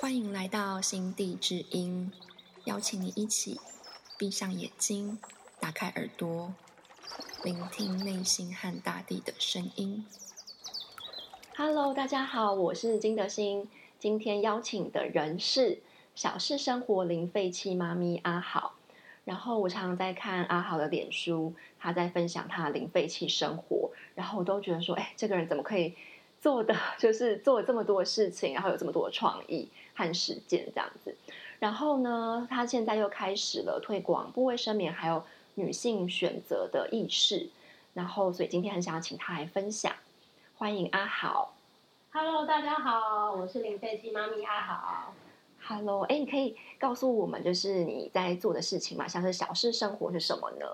欢迎来到心地之音，邀请你一起闭上眼睛，打开耳朵，聆听内心和大地的声音。Hello， 大家好，我是金德心。今天邀请的人是小事生活零废弃妈咪阿好。然后我常常在看阿好的脸书，他在分享他的零废弃生活，然后我都觉得说，这个人怎么可以做的就是做了这么多事情，然后有这么多创意和实践这样子。然后呢，他现在又开始了推广部卫生棉还有女性选择的意识，然后所以今天很想请他来分享。欢迎阿好。 Hello， 大家好，我是零废弃妈咪阿好。 Hello， 你可以告诉我们就是你在做的事情吗？像是小事生活是什么呢？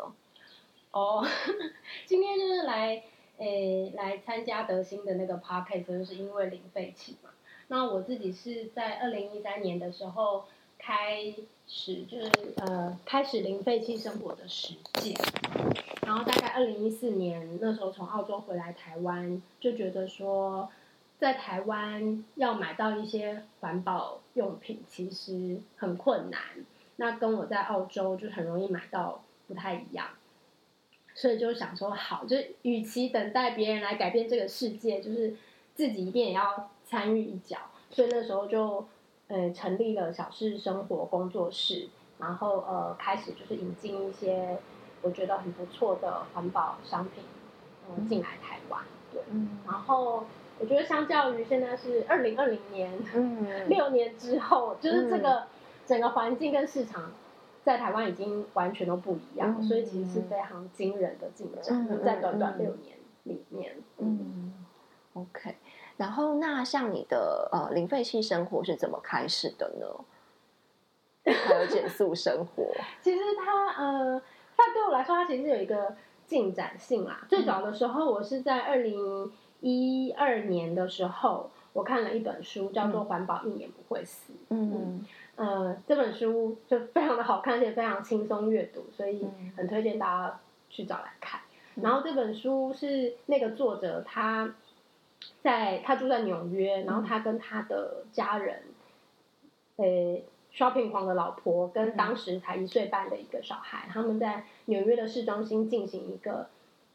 今天就是来参加德心的那个 podcast， 就是因为零废弃嘛。那我自己是在2013年的时候开始零废弃生活的实践，然后大概2014年那时候从澳洲回来台湾，就觉得说在台湾要买到一些环保用品其实很困难，那跟我在澳洲就很容易买到不太一样，所以就想说好，就与其等待别人来改变这个世界，就是自己一定也要参与一脚，所以那时候就成立了小事生活工作室，然后开始就是引进一些我觉得很不错的环保商品进来台湾，对，然后我觉得相较于现在是2020年，6年之后，就是这个整个环境跟市场在台湾已经完全都不一样，所以其实是非常惊人的进展，在短短6年里面。 OK， 然后那像你的零废弃生活是怎么开始的呢？还有减速生活， 其实它对我来说，它其实有一个进展性啦。最早的时候，我是在2012年的时候，我看了一本书，叫做《环保1年不会死》。这本书就非常的好看，而且非常轻松阅读，所以很推荐大家去找来看。然后这本书是那个作者他住在纽约，然后他跟他的家人，shopping 狂的老婆跟当时才1岁半的一个小孩，他们在纽约的市中心进行一个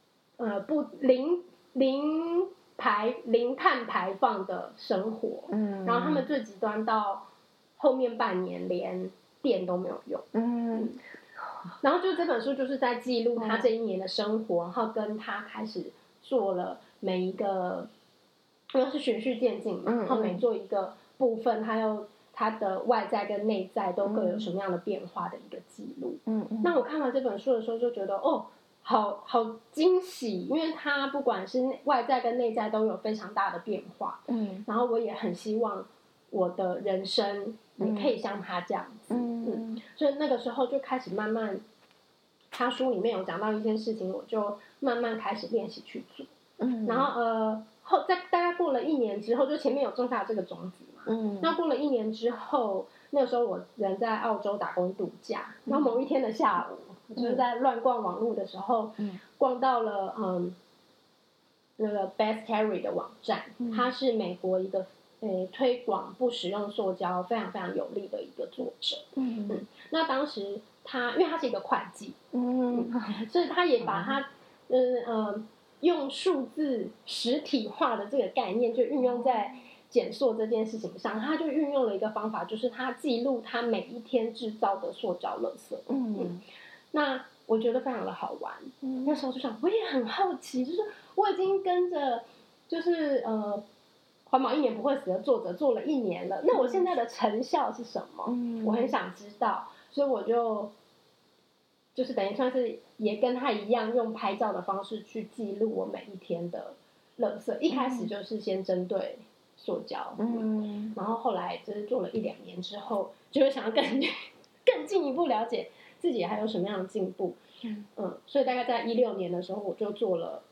零碳排放的生活，然后他们最极端到后面半年连电都没有用，然后就这本书就是在记录他这1年的生活，然后跟他开始做了每一个，因为是循序渐进嘛，然后每做一个部分，他的外在跟内在都各有什么样的变化的一个记录。那我看完这本书的时候就觉得好惊喜，因为他不管是外在跟内在都有非常大的变化。然后我也很希望我的人生也可以像他这样子。所以那个时候就开始慢慢，他书里面有讲到一件事情，我就慢慢开始练习去做。然后在大概过了1年之后，就前面有种下这个种子嘛。那过了1年之后，那个时候我人在澳洲打工度假，然后某一天的下午，就是在乱逛网络的时候，逛到了那个 Best Carry 的网站，它是美国一个推广不使用塑胶非常非常有力的一个作者。那当时因为他是一个会计，所以他也把他用数字实体化的这个概念就运用在减塑这件事情上，他就运用了一个方法，就是他记录他每一天制造的塑胶垃圾。那我觉得非常的好玩。那时候就想，我也很好奇，就是我已经跟着就是环保1年不会死的作者做了1年了，那我现在的成效是什么？我很想知道，所以我就是等于算是也跟他一样，用拍照的方式去记录我每一天的垃圾。一开始就是先针对塑胶，然后后来就是做了1-2年之后，就会想要更进一步了解自己还有什么样的进步。所以大概在2016年的时候，我就做了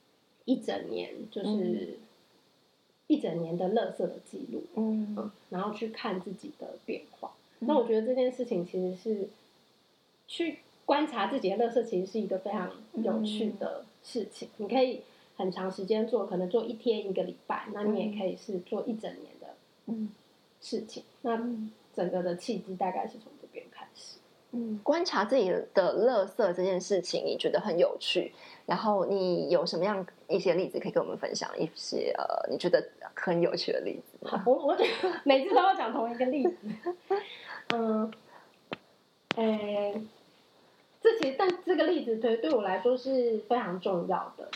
1整年，就是1整年的垃圾的记录，然后去看自己的变化。那我觉得这件事情其实是去观察自己的垃圾，其实是一个非常有趣的事情。你可以很长时间做，可能做1天1个礼拜，那你也可以是做1整年的事情。那整个的契机大概是从这边开始。 观察自己的垃圾这件事情，你觉得很有趣，然后你有什么样一些例子可以跟我们分享？一些你觉得很有趣的例子？ 好，我觉得每次都要讲同一个例子。但这个例子对我来说是非常重要的。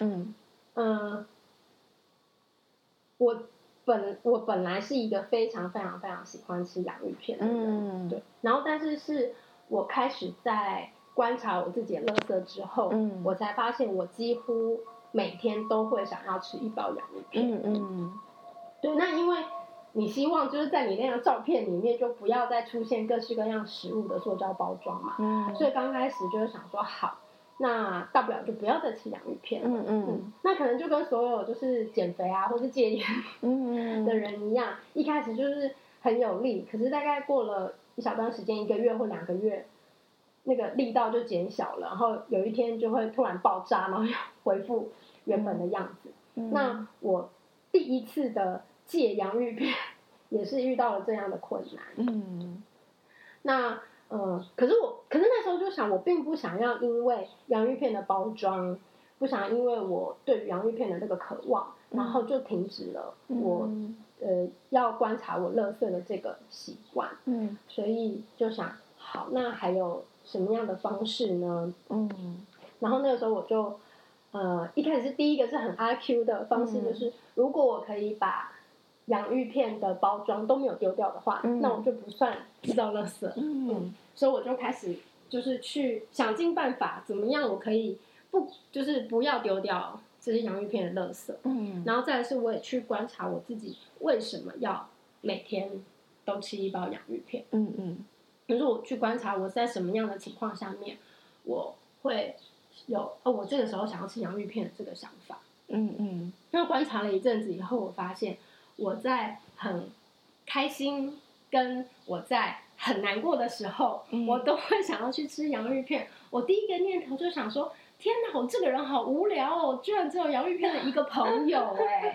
我本来是一个非常非常非常喜欢吃洋芋片的人，对。然后，但是我开始在观察我自己的垃圾之后，我才发现我几乎每天都会想要吃一包洋芋片。对，那因为你希望就是在你那张照片里面就不要再出现各式各样食物的塑胶包装嘛，所以刚开始就是想说好。那大不了就不要再吃洋芋片了。那可能就跟所有就是减肥啊或是戒烟的人一样，一开始就是很有力，可是大概过了一小段时间，1个月或2个月，那个力道就减小了，然后有一天就会突然爆炸，然后又恢复原本的样子。那我第一次的戒洋芋片也是遇到了这样的困难。那可是那时候就想，我并不想要因为洋芋片的包装，不想因为我对于洋芋片的这个渴望，然后就停止了我要观察我垃圾的这个习惯。所以就想，好，那还有什么样的方式呢？然后那个时候我就一开始是第一个是很阿 Q 的方式，就是如果我可以把洋芋片的包装都没有丢掉的话，那我就不算制造垃圾。所以我就开始就是去想尽办法，怎么样我可以不要丢掉这些洋芋片的垃圾。然后再来是我也去观察我自己为什么要每天都吃一包洋芋片。就是我去观察我在什么样的情况下面我会有我这个时候想要吃洋芋片的这个想法。那观察了一阵子以后，我发现我在很开心跟我在很难过的时候，我都会想要去吃洋芋片。我第一个念头就想说，天哪，我这个人好无聊哦，居然只有洋芋片的一个朋友哎。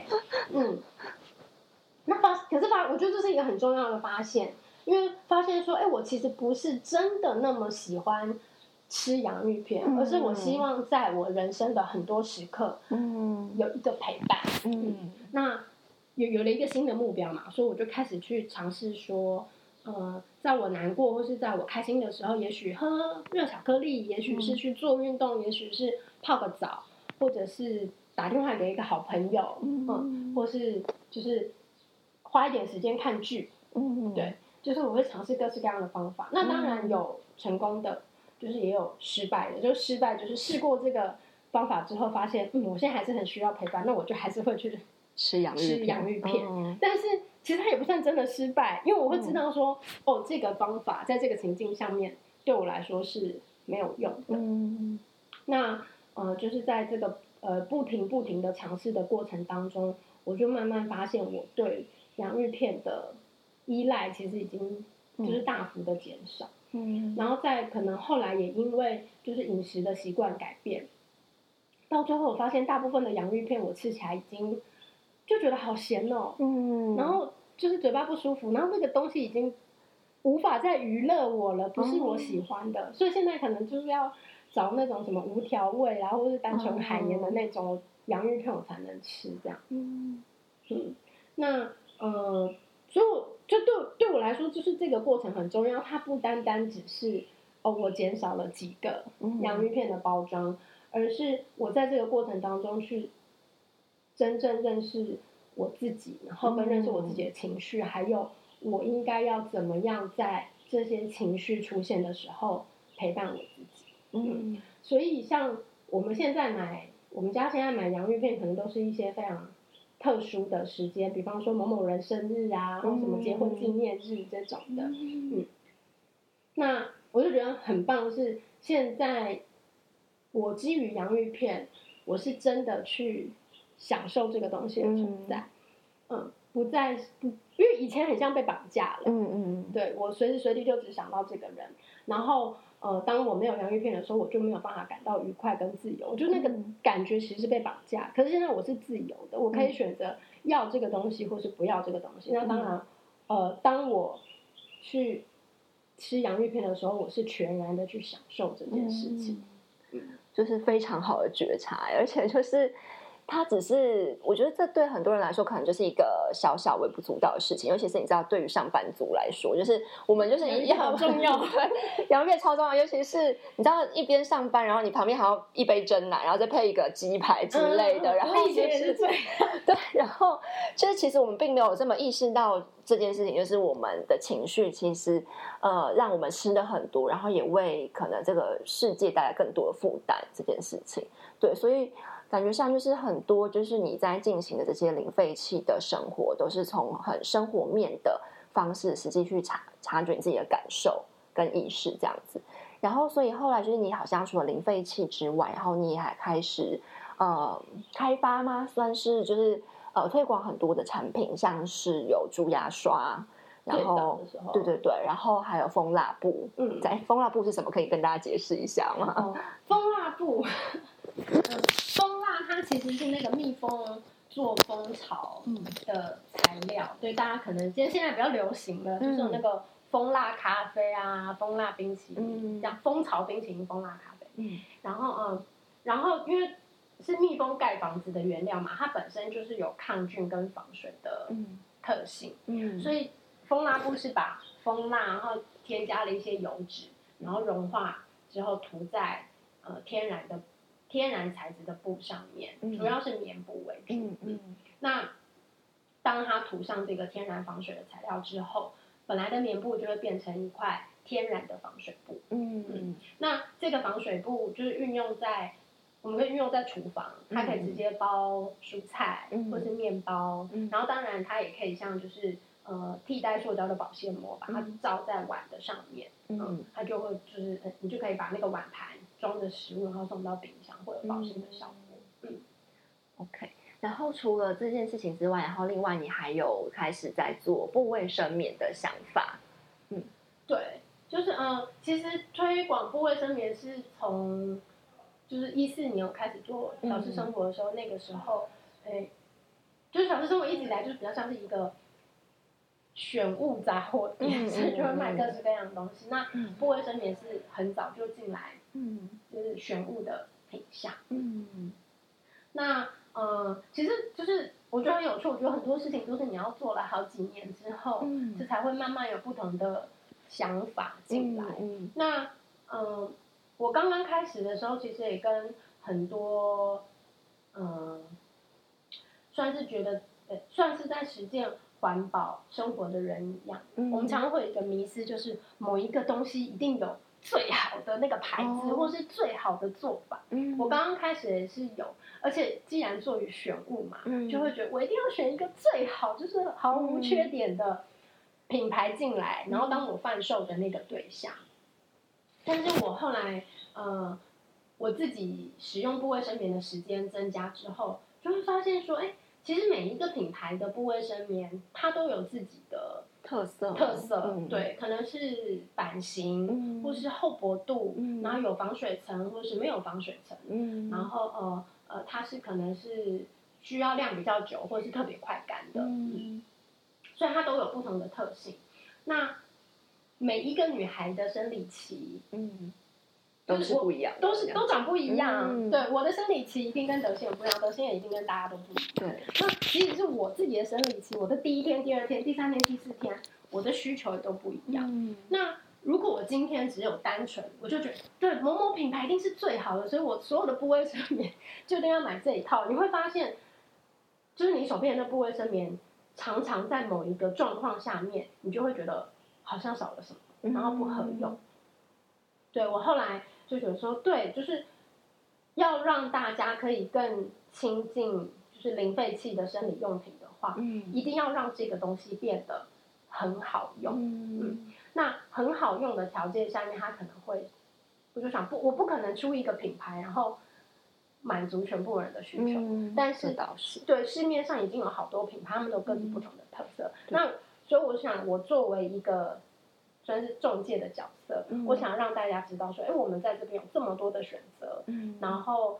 可是我觉得这是一个很重要的发现，因为发现说，我其实不是真的那么喜欢吃洋芋片，而是我希望在我人生的很多时刻，有一个陪伴。那有了一个新的目标嘛，所以我就开始去尝试说，在我难过或是在我开心的时候，也许喝热巧克力，也许是去做运动，也许是泡个澡，或者是打电话给一个好朋友，或是就是花一点时间看剧。对，就是我会尝试各式各样的方法。那当然有成功的，就是也有失败的。就失败就是试过这个方法之后，发现我现在还是很需要陪伴，那我就还是会去吃洋芋片。但是其实它也不算真的失败，因为我会知道说，这个方法在这个情境上面对我来说是没有用的。那就是在这个不停的尝试的过程当中，我就慢慢发现我对洋芋片的依赖其实已经就是大幅的减少。然后再可能后来也因为就是饮食的习惯改变，到最后我发现大部分的洋芋片我吃起来已经就觉得好咸哦。然后就是嘴巴不舒服，然后那个东西已经无法再娱乐我了，不是我喜欢的。所以现在可能就是要找那种什么无调味啊，或者是单纯海盐的那种洋芋片我才能吃这样。那所以就对我来说，就是这个过程很重要。它不单单只是我减少了几个洋芋片的包装，而是我在这个过程当中去真正认识我自己，然后跟认识我自己的情绪，还有我应该要怎么样在这些情绪出现的时候陪伴我自己。所以像我们家现在买洋芋片，可能都是一些非常特殊的时间，比方说某某人生日啊，或什么结婚纪念日这种的。那我就觉得很棒，是现在我基于洋芋片，我是真的去享受这个东西的存在。因为以前很像被绑架了。对，我随时随地就只想到这个人，然后当我没有洋芋片的时候，我就没有办法感到愉快跟自由，就那个感觉其实是被绑架。可是现在我是自由的，我可以选择要这个东西或是不要这个东西。那当然当我去吃洋芋片的时候，我是全然的去享受这件事情， 就是非常好的觉察，而且就是它只是，我觉得这对很多人来说可能就是一个小小微不足道的事情，尤其是你知道，对于上班族来说，就是我们就是也好重要， 对，洋芋片超重要，尤其是你知道一边上班，然后你旁边还要一杯珍奶，然后再配一个鸡排之类的，然后我以前也是这样， 对，然后就是其实我们并没有这么意识到这件事情，就是我们的情绪其实让我们吃的很多，然后也为可能这个世界带来更多的负担这件事情，对，所以。感觉上就是很多，就是你在进行的这些零废弃的生活，都是从很生活面的方式，实际去察觉你自己的感受跟意识这样子。然后，所以后来就是你好像除了零废弃之外，然后你也还开始开发吗？算是就是推广很多的产品，像是有猪牙刷。然后，对对对，然后还有蜂蜡布。在蜂蜡布是什么？可以跟大家解释一下吗？ 蜂蜡布，蜂蜡它其实是那个蜜蜂做蜂巢的材料，对大家可能现在比较流行的，就是有那个蜂蜡咖啡啊、蜂蜡冰淇淋，这样蜂巢冰淇淋、蜂蜡咖啡。然后因为是蜜蜂盖房子的原料嘛，它本身就是有抗菌跟防水的特性，所以蜂蜡布是把蜂蜡，然后添加了一些油脂，然后融化之后涂在天然材质的布上面，主要是棉布为主。那当它涂上这个天然防水的材料之后，本来的棉布就会变成一块天然的防水布。那这个防水布就是我们可以运用在厨房，它可以直接包蔬菜或是面包，然后当然它也可以像就是替代塑胶的保鲜膜，把它罩在碗的上面，它就会就是你就可以把那个碗盘装着食物，然后送到冰箱，会有保鲜的效果。 OK。然后除了这件事情之外，然后另外你还有开始在做布卫生棉的想法。 对，就是其实推广布卫生棉是从就是2014年我开始做小吃生活的时候，那个时候，就是小吃生活一直以来就是比较像是一个选物杂货店，所以就会卖各式各样的东西。那布卫生棉是很早就进来，就是选物的品项。那其实就是我觉得很有趣，我觉得很多事情都是你要做了好几年之后，这才会慢慢有不同的想法进来。那我刚刚开始的时候，其实也跟很多算是觉得算是在实践环保生活的人一样，我们常常会有一个迷思，就是某一个东西一定有最好的那个牌子，或是最好的做法。我刚刚开始也是有，而且既然做于选物嘛，就会觉得我一定要选一个最好，就是毫无缺点的品牌进来，然后当我贩售的那个对象。但是我后来我自己使用布卫生棉的时间增加之后，就会发现说，其实每一个品牌的布卫生棉，它都有自己的特色，对，可能是版型，或是厚薄度，然后有防水层，或是没有防水层，然后它是可能是需要晾比较久，或是特别快干的，所以它都有不同的特性。那每一个女孩的生理期， 都是不一样的， 都长不一样。对，我的生理期一定跟德心也不一样，德心也一定跟大家都不一样。 对， 那即使是我自己的生理期，我的第1天、第2天、第3天、第4天，我的需求也都不一样。那如果我今天只有单纯，我就觉得对某某品牌一定是最好的，所以我所有的布卫生棉就一定要买这一套。你会发现，就是你手边的布卫生棉，常常在某一个状况下面，你就会觉得好像少了什么，然后不合用。对，我后来就觉得说，对，就是要让大家可以更亲近，就是零废弃的生理用品的话，一定要让这个东西变得很好用。那很好用的条件下面，它可能会，我就想我不可能出一个品牌，然后满足全部人的需求。但是对市面上已经有好多品牌，他们都有各自不同的特色。那所以我想，我作为一个算是中介的角色，我想让大家知道说，我们在这边有这么多的选择，然后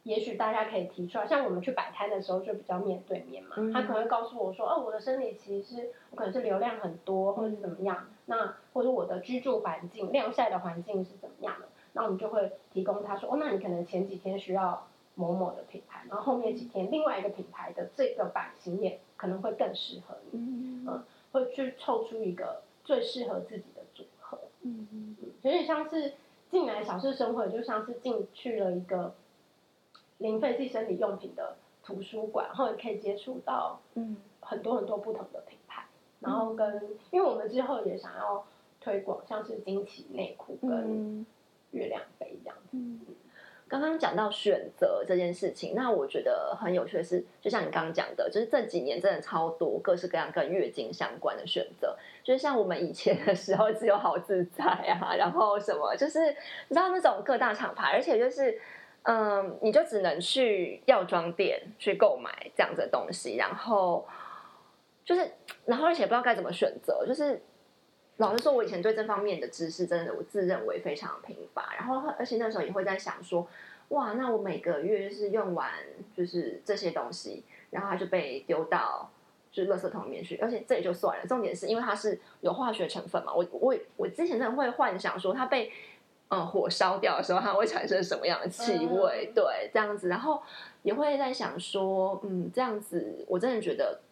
也许大家可以提出来，像我们去摆摊的时候就比较面对面嘛，他可能会告诉我说，我的生理期是我可能是流量很多，或者是怎么样，那或者我的居住环境、晾晒的环境是怎么样的，那我们就会提供他说，那你可能前几天需要某某的品牌，然后后面几天另外一个品牌的这个版型也可能会更适合你，会去凑出一个最适合自己的组合，有点像是进来小事生活，就像是进去了一个零废弃生理用品的图书馆，然后也可以接触到很多很多不同的品牌，然后因为我们之后也想要推广像是惊奇内裤跟月亮杯这样子。 刚刚讲到选择这件事情，那我觉得很有趣的是，就像你刚刚讲的，就是这几年真的超多各式各样跟月经相关的选择，就是像我们以前的时候只有好自在啊，然后什么就是你知道那种各大厂牌，而且就是你就只能去药妆店去购买这样子的东西，然后而且不知道该怎么选择，就是老实说，我以前对这方面的知识真的我自认为非常贫乏，然后而且那时候也会在想说，哇，那我每个月就是用完就是这些东西，然后它就被丢到就是垃圾桶里面去，而且这也就算了，重点是因为它是有化学成分嘛，我之前真的会幻想说它被火烧掉的时候它会产生什么样的气味，对，这样子，然后也会在想说，这样子我真的觉得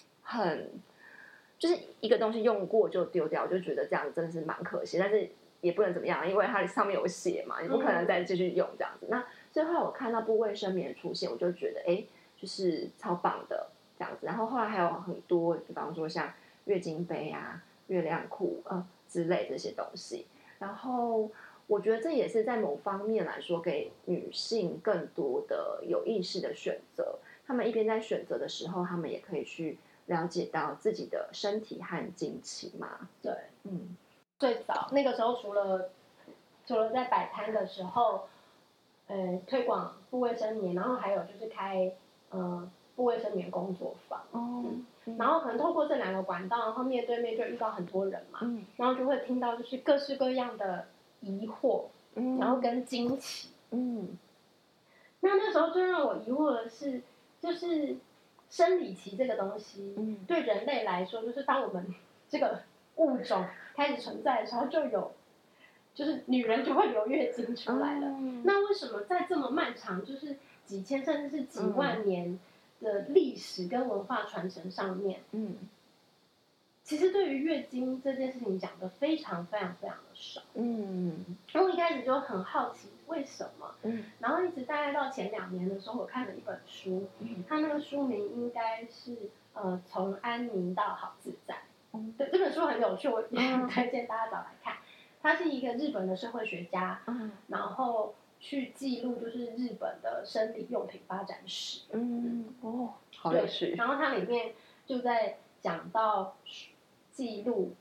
就是一个东西用过就丢掉，就觉得这样真的是蛮可惜，但是也不能怎么样，因为它上面有写嘛，你不可能再继续用这样子。那所以后来我看到不卫生棉出现，我就觉得就是超棒的这样子。然后后来还有很多，比方说像月经杯啊、月亮裤之类这些东西。然后我觉得这也是在某方面来说，给女性更多的有意识的选择。他们一边在选择的时候，他们也可以去了解到自己的身体和经期嘛。 对，最早那个时候除了在摆摊的时候，推广不卫生棉，然后还有就是开不卫生棉工作坊，然后可能透过这两个管道，然后面对面就遇到很多人嘛，然后就会听到就是各式各样的疑惑，然后跟惊奇，那时候最让我疑惑的是，就是生理期这个东西，对人类来说，就是当我们这个物种开始存在的时候，就是女人就会流月经出来了。那为什么在这么漫长，就是几千甚至是几万年的历史跟文化传承上面，其实对于月经这件事情讲的非常非常非常的少。然后一开始就很好奇为什么，然后一直大概到前2年的时候，我看了一本书，它那个书名应该是从安宁到好自在。对，这本书很有趣，我也很推荐大家找来看。他是一个日本的社会学家，然后去记录就是日本的生理用品发展史。 好有趣。 然后它里面就在讲到记录，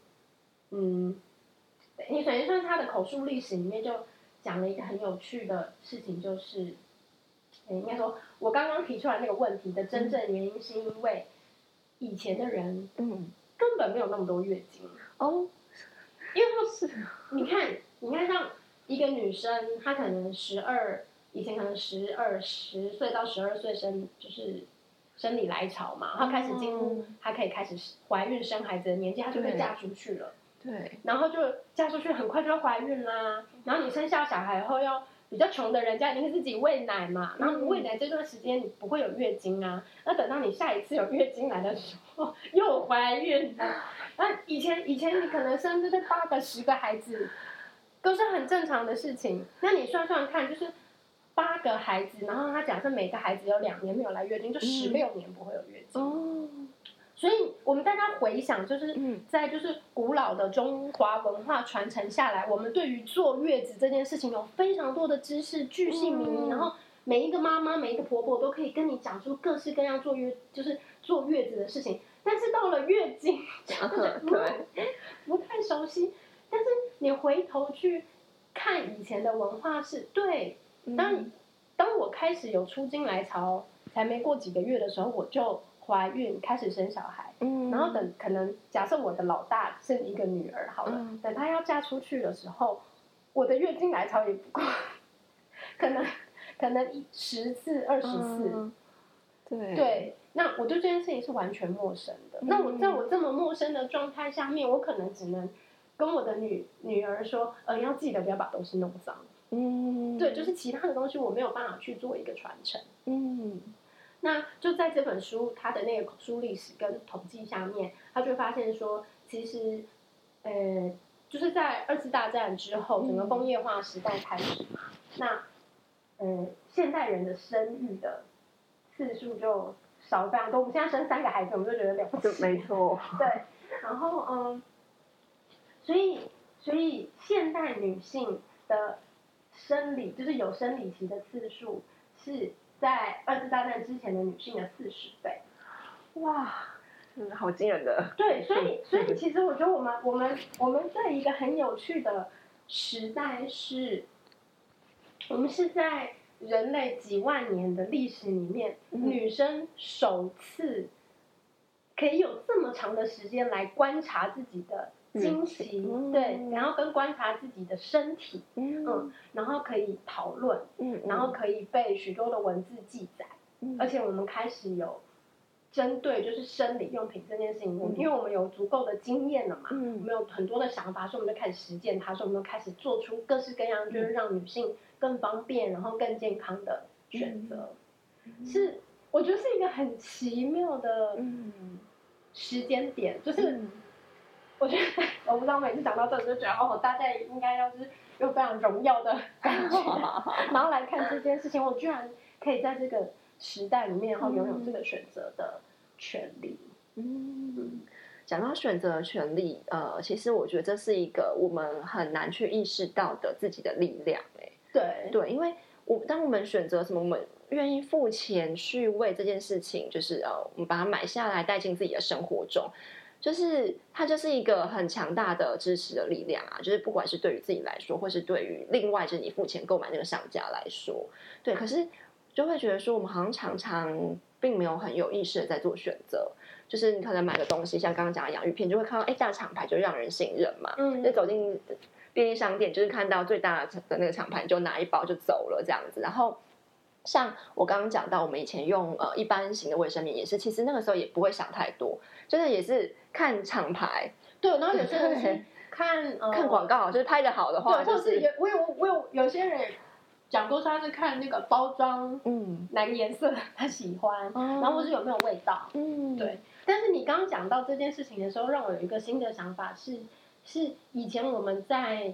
你等于算是他的口述历史里面就讲了一个很有趣的事情，就是应该说我刚刚提出来那个问题的真正原因，是因为以前的人根本没有那么多月经因为你看像一个女生，她可能以前可能10岁到12岁就是生理来潮嘛，她开始进入她可以开始怀孕生孩子的年纪，她就被嫁出去了。 对， 然后就嫁出去，很快就要怀孕啦。然后你生下小孩后，要比较穷的人家一定是自己喂奶嘛。然后你喂奶这段时间你不会有月经啊，那等到你下一次有月经来的时候又怀孕了。那以前你可能生就是8个10个孩子都是很正常的事情。那你算算看，就是8个孩子，然后他假设每个孩子有2年没有来月经，就16年不会有月经。所以我们大家回想，就是在就是古老的中华文化传承下来，我们对于坐月子这件事情有非常多的知识，巨细靡遗，然后每一个妈妈、每一个婆婆都可以跟你讲出各式各样坐月子的事情。但是到了月经，不太熟悉。但是你回头去看以前的文化是对，当我开始有出经来潮，才没过几个月的时候，我就怀孕开始生小孩，然后可能假设我的老大是一个女儿好了，等她要嫁出去的时候，我的月经来潮也不过可能可能10次、20次。对，那我对这件事情是完全陌生的。那我在我这么陌生的状态下面，我可能只能跟我的女儿说，要记得不要把东西弄脏。对，就是其他的东西我没有办法去做一个传承。那就在这本书它的那个口述历史跟统计下面，他就发现说，其实，就是在2次大战之后，整个工业化时代开始嘛，那，现代人的生育的次数就少了非常多。我们现在生3个孩子，我们就觉得了不起。 没错。 对，然后所以现代女性的生理就是有生理期的次数是在2次大战之前的女性的40倍。 哇，好惊人的。 对，所以其实我觉得我们在一个很有趣的时代是，我们是在人类几万年的历史里面，女生首次可以有这么长的时间来观察自己的经期，对，然后跟观察自己的身体，然后可以讨论，然后可以被许多的文字记载，而且我们开始有针对就是生理用品这件事情，因为我们有足够的经验了嘛，我们有很多的想法，所以我们就开始实践它，所以我们就开始做出各式各样，就是让女性更方便，然后更健康的选择，是我觉得是一个很奇妙的时间点，就是我觉得我不知道每次讲到这里就觉得大家应该要是用非常荣耀的感觉，然后来看这件事情，我居然可以在这个时代里面，然后拥有这个选择的权利。 讲到选择的权利，其实我觉得这是一个我们很难去意识到的自己的力量。对，因为当我们选择什么，我们愿意付钱去为这件事情，就是我们把它买下来，带进自己的生活中。就是它就是一个很强大的支持的力量啊！就是不管是对于自己来说，或是对于另外就是你付钱购买那个商家来说，对，可是就会觉得说，我们好像常常并没有很有意识的在做选择。就是你可能买个东西，像刚刚讲的洋芋片，就会看到大厂牌就让人信任嘛，就走进便利商店，就是看到最大的那个厂牌，就拿一包就走了这样子，然后。像我刚刚讲到，我们以前用一般型的卫生棉也是，其实那个时候也不会想太多，就是也是看厂牌， 对，然后有些人是看广告，就是拍的好的话， 对，或是有些人讲过，他是看那个包装，哪个颜色他喜欢，然后或是有没有味道，对。但是你刚刚讲到这件事情的时候，让我有一个新的想法是以前我们在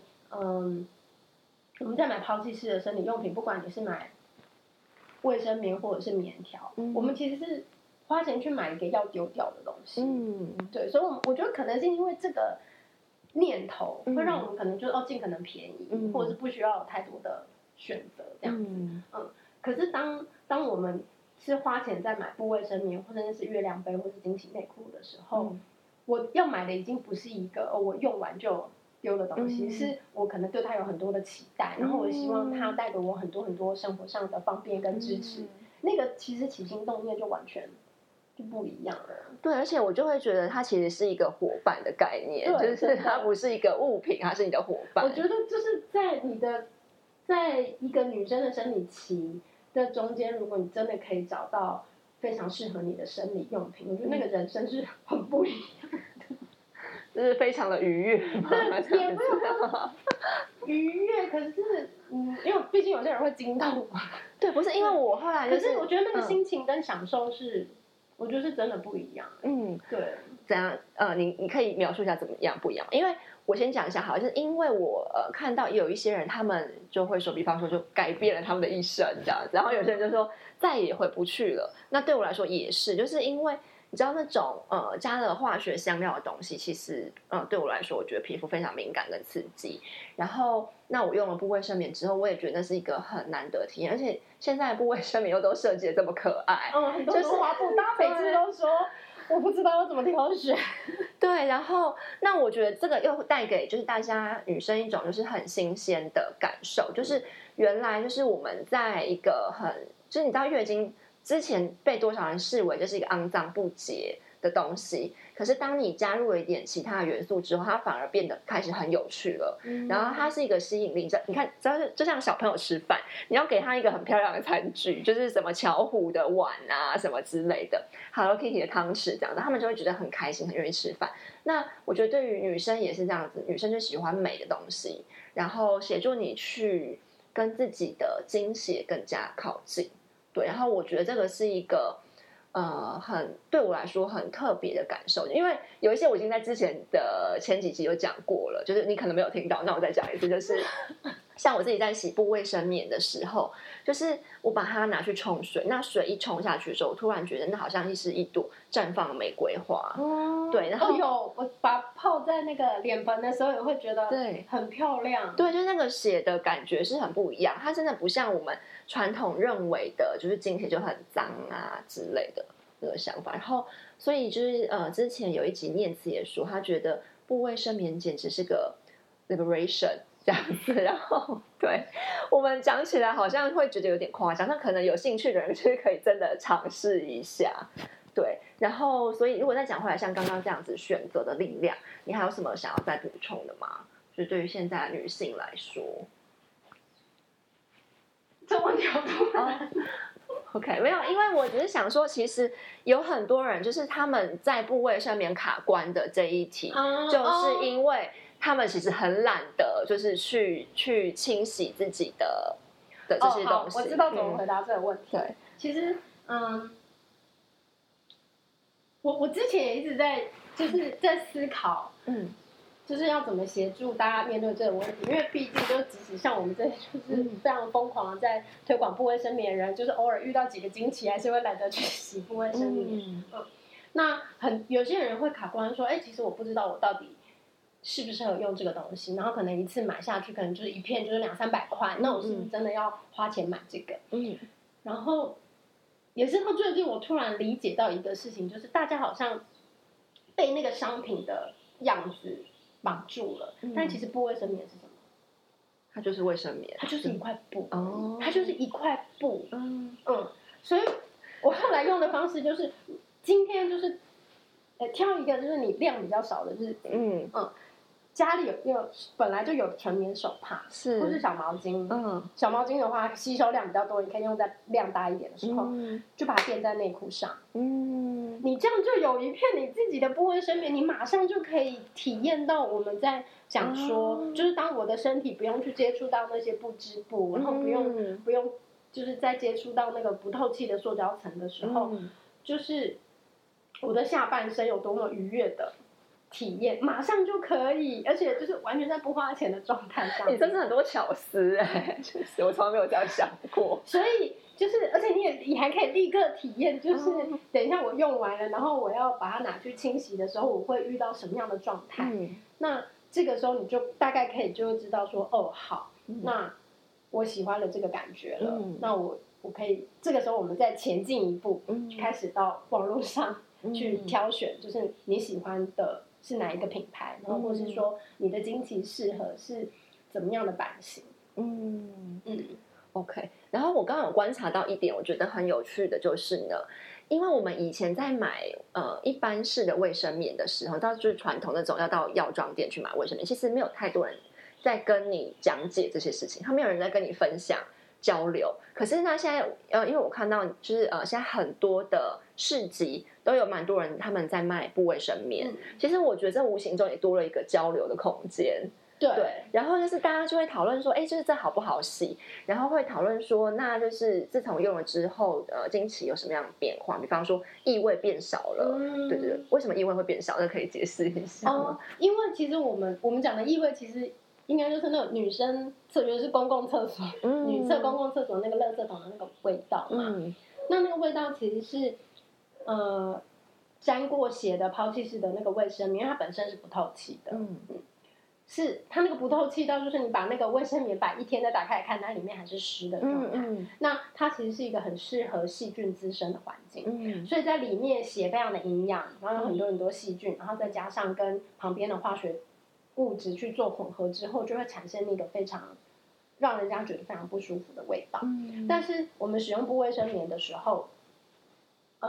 买抛弃式的生理用品，不管你是买卫生棉或者是棉条，我们其实是花钱去买一个要丢掉的东西。对，所以我觉得可能是因为这个念头，会让我们可能就尽可能便宜，或者是不需要有太多的选择这样子。可是当我们是花钱在买布卫生棉，或者是月亮杯，或是惊喜内裤的时候，我要买的已经不是一个我用完就丢的东西，是我可能对它有很多的期待，然后我希望它带给我很多很多生活上的方便跟支持。那个其实起心动念就完全就不一样了。 对，而且我就会觉得它其实是一个伙伴的概念，就是它不是一个物品，它是你的伙伴。 我觉得就是在一个女生的生理期的中间，如果你真的可以找到非常适合你的生理用品，我觉得那个人生是很不一样的。 就是非常的愉悦， 对，也没有愉悦，可是因为毕竟有些人会惊到嘛。 对，不是因为我后来可是我觉得那个心情跟享受是，我觉得是真的不一样。对。 怎样？你可以描述一下怎么样不一样？因为我先讲一下好，就是因为我看到有一些人，他们就会说，比方说就改变了他们的一生这样子，然后有些人就说再也回不去了。那对我来说也是，就是因为。你知道那种加了化学香料的东西，其实对我来说，我觉得皮肤非常敏感跟刺激。然后，那我用了布卫生棉之后，我也觉得那是一个很难得的体验。而且现在的布卫生棉又都设计的这么可爱， 很多中华布，大家每次都说我不知道要怎么挑选。 对，然后那我觉得这个又带给就是大家女生一种就是很新鲜的感受，就是原来就是我们在一个就是你知道月经。之前被多少人视为就是一个肮脏不洁的东西，可是当你加入了一点其他元素之后，它反而变得开始很有趣了。然后它是一个吸引力，你看，就像小朋友吃饭，你要给他一个很漂亮的餐具，就是什么巧虎的碗啊，什么之类的 ，Hello Kitty 的汤匙这样的，他们就会觉得很开心，很愿意吃饭。那我觉得对于女生也是这样子，女生就喜欢美的东西，然后协助你去跟自己的精血更加靠近。对，然后我觉得这个是一个很对我来说很特别的感受，因为有一些我已经在之前的前几集有讲过了，就是你可能没有听到，那我再讲一次，就是像我自己在洗布卫生棉的时候，就是我把它拿去冲水，那水一冲下去的时候，我突然觉得那好像是一朵绽放的玫瑰花。对，然后有我把泡在那个脸盆的时候，也会觉得对很漂亮。 对，就是那个血的感觉是很不一样，它真的不像我们传统认为的，就是经血就很脏啊之类的那个想法。然后，所以就是之前有一集念慈也说，他觉得布卫生棉简直是个 liberation 这样子。然后，对我们讲起来好像会觉得有点夸张，那可能有兴趣的人就是可以真的尝试一下。对，然后所以如果再讲回来，像刚刚这样子选择的力量，你还有什么想要再补充的吗？就是对于现在的女性来说， 这问题好多。 OK， 没有，因为我只是想说，其实有很多人就是他们在部位上面卡关的这一题，就是因为他们其实很懒得，就是去清洗自己的这些东西。 我知道怎么回答这个问题。 对， 其实我之前也一直在就是在思考，就是要怎么协助大家面对这个问题，因为毕竟就即使像我们这些就是非常疯狂的在推广布卫生棉的人，就是偶尔遇到几个经期，还是会懒得去洗布卫生棉。那有些人会卡关说，其实我不知道我到底适不适合用这个东西，然后可能一次买下去，可能就是一片就是200-300块，那我是不是真的要花钱买这个？然后也是到最近我突然理解到一个事情，就是大家好像被那个商品的样子绑住了，但其实布卫生棉是什么？ 它就是卫生棉， 它就是一块布，它就是一块布，所以我后来用的方式就是，今天就是，挑一个就是你量比较少的日子，家里有本来就有纯棉手帕，是或是小毛巾，小毛巾的话吸收量比较多，你可以用在量大一点的时候，就把它垫在内裤上，你这样就有一片你自己的布卫生棉，你马上就可以体验到我们在讲说，就是当我的身体不用去接触到那些不织布，然后不用就是在接触到那个不透气的塑胶层的时候，就是我的下半身有多么愉悦的体验，马上就可以，而且就是完全在不花钱的状态上。 你真的很多巧思就是我从来没有这样想过。 所以就是，而且你还可以立刻体验，就是等一下我用完了，然后我要把它拿去清洗的时候，我会遇到什么样的状态？那这个时候你就大概可以就会知道说，好，那我喜欢了这个感觉了，那我可以这个时候我们再前进一步，开始到网络上去挑选，就是你喜欢的是哪一个品牌，然后或是说你的经期适合是怎么样的版型。 OK， 然后我刚刚有观察到一点，我觉得很有趣的就是呢，因为我们以前在买一般式的卫生棉的时候，到就是传统那种要到药妆店去买卫生棉，其实没有太多人在跟你讲解这些事情，他没有人在跟你分享交流。可是那现在因为我看到就是现在很多的市集都有蛮多人他们在卖布卫生棉，其实我觉得这无形中也多了一个交流的空间。对，然后就是大家就会讨论说，就是这好不好洗？然后会讨论说，那就是自从用了之后，经期有什么样的变化？比方说异味变少了，对，为什么异味会变少？这可以解释一下吗？ 因为其实我们讲的异味，其实应该就是那种女生特别是公共厕所，女厕公共厕所那个垃圾桶的那个味道嘛。那个味道其实是沾过血的抛弃式的那个卫生棉，因为它本身是不透气的。是它那个不透气到，就是你把那个卫生棉摆一天再打开来看，它里面还是湿的状态。那它其实是一个很适合细菌滋生的环境。所以在里面血非常的营养，然后有很多细菌，然后再加上跟旁边的化学物质去做混合之后，就会产生那个非常让人家觉得非常不舒服的味道。但是我们使用布卫生棉的时候，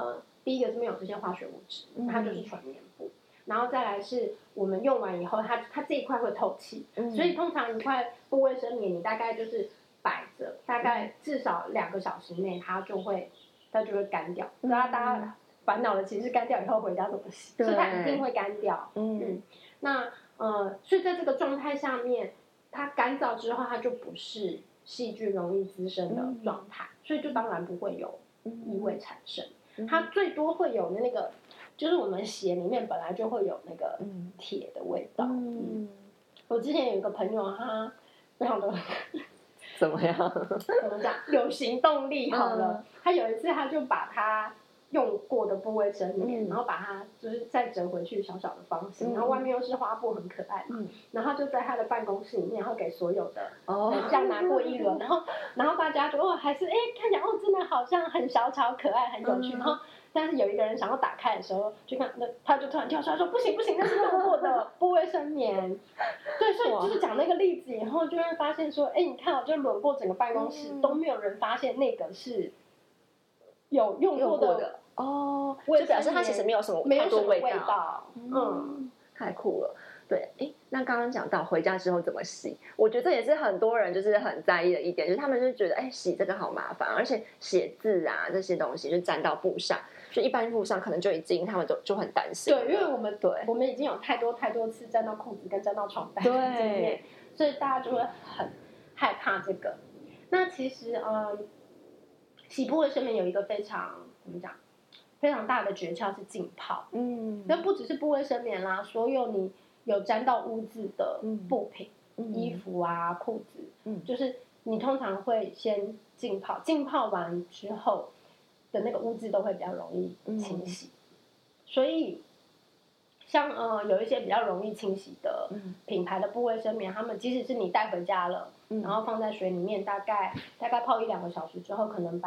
第一个是没有这些化学物质，它就是纯棉布。然后再来是我们用完以后，它这一块会透气，所以通常一块布卫生棉你大概就是摆着，大概至少2个小时内它就会干掉。大家烦恼的其实是干掉以后回家怎么洗，所以它一定会干掉。那所以在这个状态下面，它干燥之后，它就不是细菌容易滋生的状态，所以就当然不会有异味产生。它最多会有那个。就是我们血里面本来就会有那个铁的味道。我之前有一个朋友，他非常的怎么样？ 怎么讲？有行动力好了。他有一次他就把他用过的布卫生棉，然后把它就是再折回去小小的方形，然后外面又是花布，很可爱嘛。然后就在他的办公室里面，然后给所有的这样拿过一轮，然后大家就还是看起来真的好像很小巧可爱，很有趣，然后。但是有一个人想要打开的时候，就看那他就突然跳出来说：“不行不行，那是用过的布卫生棉。”对，所以就是讲那个例子以后，就会发现说：“你看，就轮过整个办公室都没有人发现那个是有用过的哦，就表示它其实没有什么太多味道。太酷了。对，那刚刚讲到回家之后怎么洗，我觉得这也是很多人就是很在意的一点，就是他们就觉得洗这个好麻烦，而且写字啊这些东西就沾到布上，就一般布上可能就已经他们就很担心。 对，因为我们已经有太多次沾到裤子跟沾到床单经验，所以大家就会很害怕这个。那其实洗布卫生棉有一个非常怎么讲非常大的诀窍是浸泡。那不只是布卫生棉啦，所有你有沾到污渍的布品、衣服啊、裤子，就是你通常会先浸泡，浸泡完之后的那个污渍都会比较容易清洗。所以像有一些比较容易清洗的品牌的布卫生棉，他们即使是你带回家了，然后放在水里面，大概泡1-2个小时之后，可能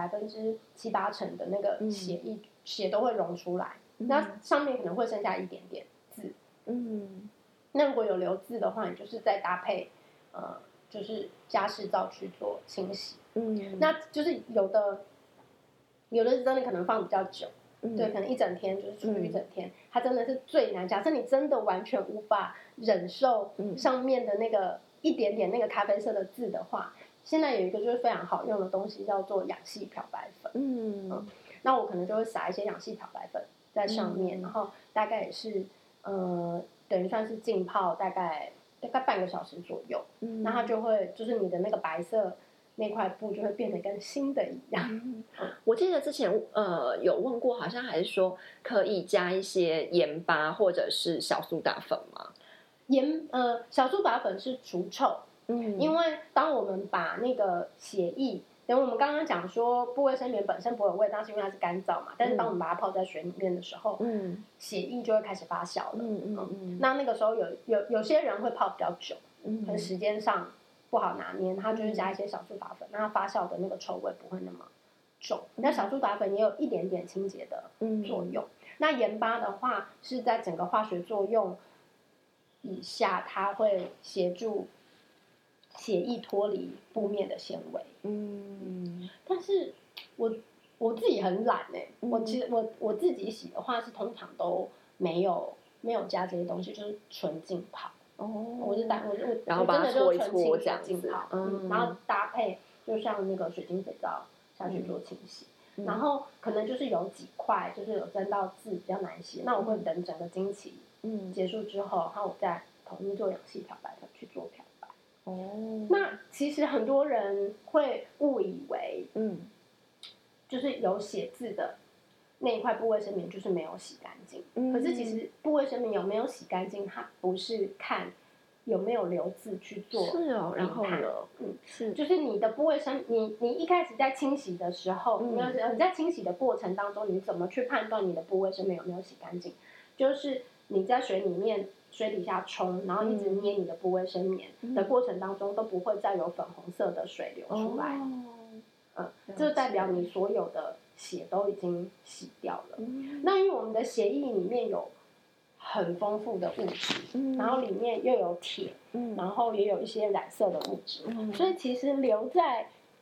7-8%的那个血都会溶出来，那上面可能会剩下一点点渍。那如果有留渍的话，你就是再搭配就是加湿皂去做清洗。那就是有的是真的可能放比较久，对，可能一整天就是出去一整天，它真的是最难。假设你真的完全无法忍受上面的那个一点点那个咖啡色的渍的话，现在有一个就是非常好用的东西叫做氧系漂白粉。那我可能就会撒一些氧系漂白粉在上面，然后大概也是等于算是浸泡大概半个小时左右，那它就会就是你的那个白色那块布就会变得跟新的一样。 我记得之前有问过，好像还是说可以加一些盐巴或者是小苏打粉吗？ 小苏打粉是除臭，因为当我们把那个血液。等我们刚刚讲说布卫生棉本身不会有味道，是因为它是干燥嘛。但是当我们把它泡在水里面的时候，血液就会开始发酵了。那个时候有些人会泡比较久，可能时间上不好拿捏，他就是加一些小苏打粉，那它发酵的那个臭味不会那么重。那小苏打粉也有一点点清洁的作用。那盐巴的话是在整个化学作用以下，它会协助血液脱离布面的纤维。但是我自己很懒其实我自己洗的话是通常都没有加这些东西，就是纯浸泡。我然后把它搓一搓这样子，然后搭配就像那个水晶肥皂下去做清洗。然后可能就是有几块就是有沾到渍比较难洗，那我会等整个经期结束之后，然后我再统一做氧系漂白粉去做漂白。那其实很多人会误以为就是有写字的那一块布卫生棉就是没有洗干净。可是其实布卫生棉有没有洗干净，它不是看有没有留字去做评判。 然后呢？ 就是你的布卫生，你一开始在清洗的时候，你在清洗的过程当中，你怎么去判断你的布卫生棉有没有洗干净？就是你在水底下冲，然后一直捏你的布卫生棉的过程当中，都不会再有粉红色的水流出来。这代表你所有的血都已经洗掉了。那因为我们的血液里面有很丰富的物质，然后里面又有铁，然后也有一些染色的物质，所以其实留在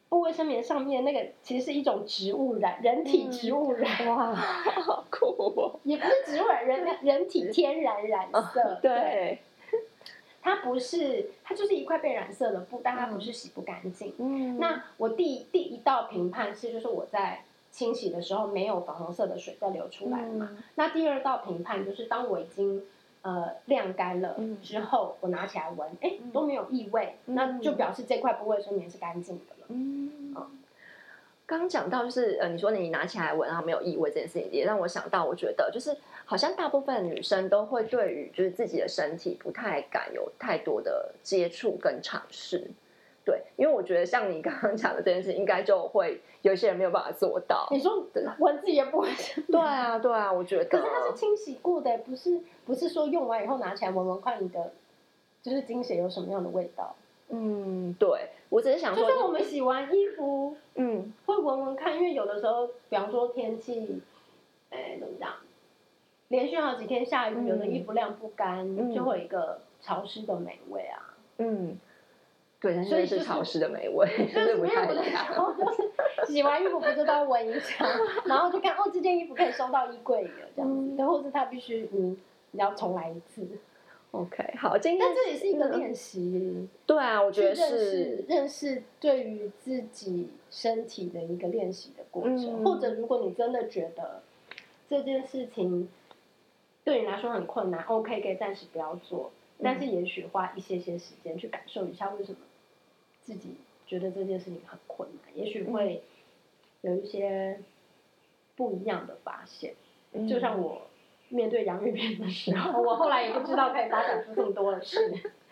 布卫生棉上面那个其实是一种植物染，人体植物染。 哇，好酷哦！ 也不是植物染，人体天然染色。 对， 它不是，它就是一块被染色的布，但它不是洗不干净。那我第一道评判是，就是我在清洗的时候没有粉红色的水再流出来嘛。那第二道评判就是当我已经晾干了之后，我拿起来闻，都没有异味，那就表示这块布卫生棉是干净的了。 刚刚讲到就是你说你拿起来闻然后没有异味这件事情，也让我想到，我觉得就是好像大部分女生都会对于就是自己的身体不太敢有太多的接触跟尝试。对，因为我觉得像你刚刚讲的这件事，应该就会有一些人没有办法做到。 你说闻自己的布卫生棉？ 对啊，我觉得。 可是它是清洗过的，不是说用完以后拿起来闻闻看你的就是精血有什么样的味道。 对，我只是想说， 就像我们洗完衣服，会闻闻看，因为有的时候，比方说天气，怎么讲，连续好几天下雨，有的衣服晾不干，就会有一个潮湿的霉味啊。 对，所以是潮湿的霉味，就是不太一样。 就是洗完衣服不是都要闻一下，然后就看这件衣服可以收到衣柜里了，这样子，或是它必须你要重来一次。 OK， 好，今天但这也是一个练习。 对啊，我觉得是认识对于自己身体的一个练习的过程。或者如果你真的觉得这件事情对你来说很困难，OK，可以暂时不要做，但是也许花一些时间去感受一下为什么自己觉得这件事情很困难，也许会有一些不一样的发现。就像我面对洋芋片的时候，我后来也不知道可以发展出这么多的事。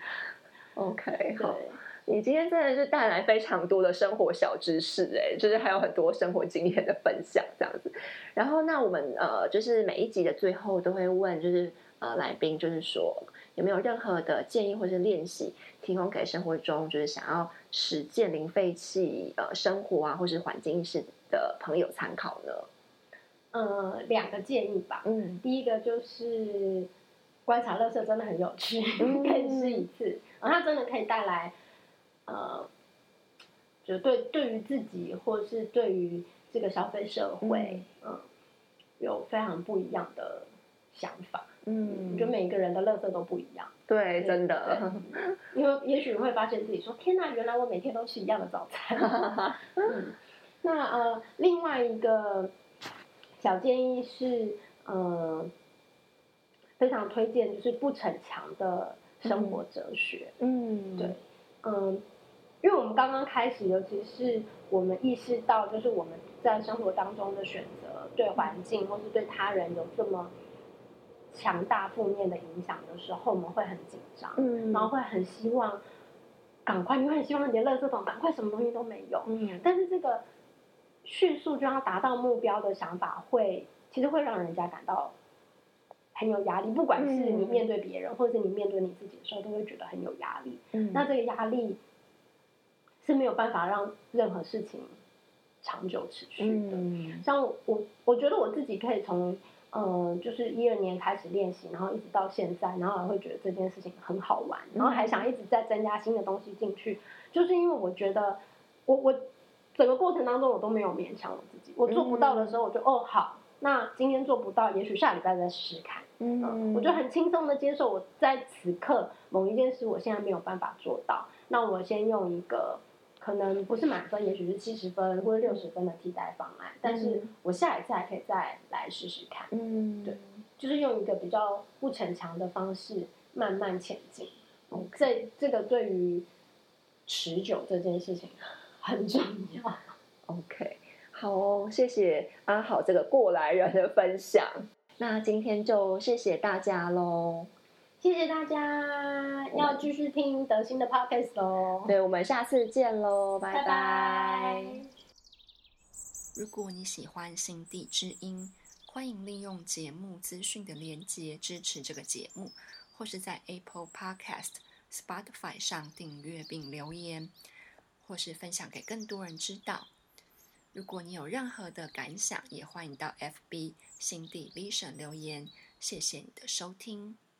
OK， 好，你今天真的是带来非常多的生活小知识，就是还有很多生活经验的分享这样子。然后那我们就是每一集的最后都会问，就是来宾就是说有没有任何的建议或是练习提供给生活中就是想要实践零废弃生活啊或是环境意识的朋友参考呢 ？2个建议吧。第一个就是观察垃圾真的很有趣，可以试一次，它真的可以带来就对于自己或是对于这个消费社会，有非常不一样的想法。我觉得每个人的垃圾都不一样。 对，真的。 因为也许会发现自己说：“天哪，原来我每天都吃一样的早餐。”那另外一个小建议是，非常推荐就是不逞强的生活哲学。对，因为我们刚刚开始，尤其是我们意识到，就是我们在生活当中的选择，对环境或是对他人有这么强大负面的影响的时候，我们会很紧张，然后会很希望赶快，你会很希望你的垃圾桶赶快什么东西都没有。但是这个迅速就要达到目标的想法其实会让人家感到很有压力，不管是你面对别人，或者是你面对你自己的时候，都会觉得很有压力。那这个压力是没有办法让任何事情长久持续的。像我觉得我自己可以从就是12年开始练习，然后一直到现在，然后还会觉得这件事情很好玩，然后还想一直再增加新的东西进去，就是因为我觉得我整个过程当中我都没有勉强我自己，我做不到的时候我就好，那今天做不到，也许下礼拜再试试看。我就很轻松的接受我在此刻某一件事我现在没有办法做到，那我先用一个可能不是满分，也许是70分或者60分的替代方案，但是我下一次还可以再来试试看。对，就是用一个比较不逞强的方式慢慢前进。这个对于持久这件事情很重要。 OK， 好哦，谢谢阿好这个过来人的分享。那今天就谢谢大家咯。 谢谢大家，要继续听德心的 podcast 咯。 对，我们下次见咯，拜拜。 如果你喜欢心地之音，欢迎利用节目资讯的连结支持这个节目，或是在 Apple Podcast、Spotify 上订阅并留言，或是分享给更多人知道。如果你有任何的感想，也欢迎到 FB 心地 Vision 留言。谢谢你的收听。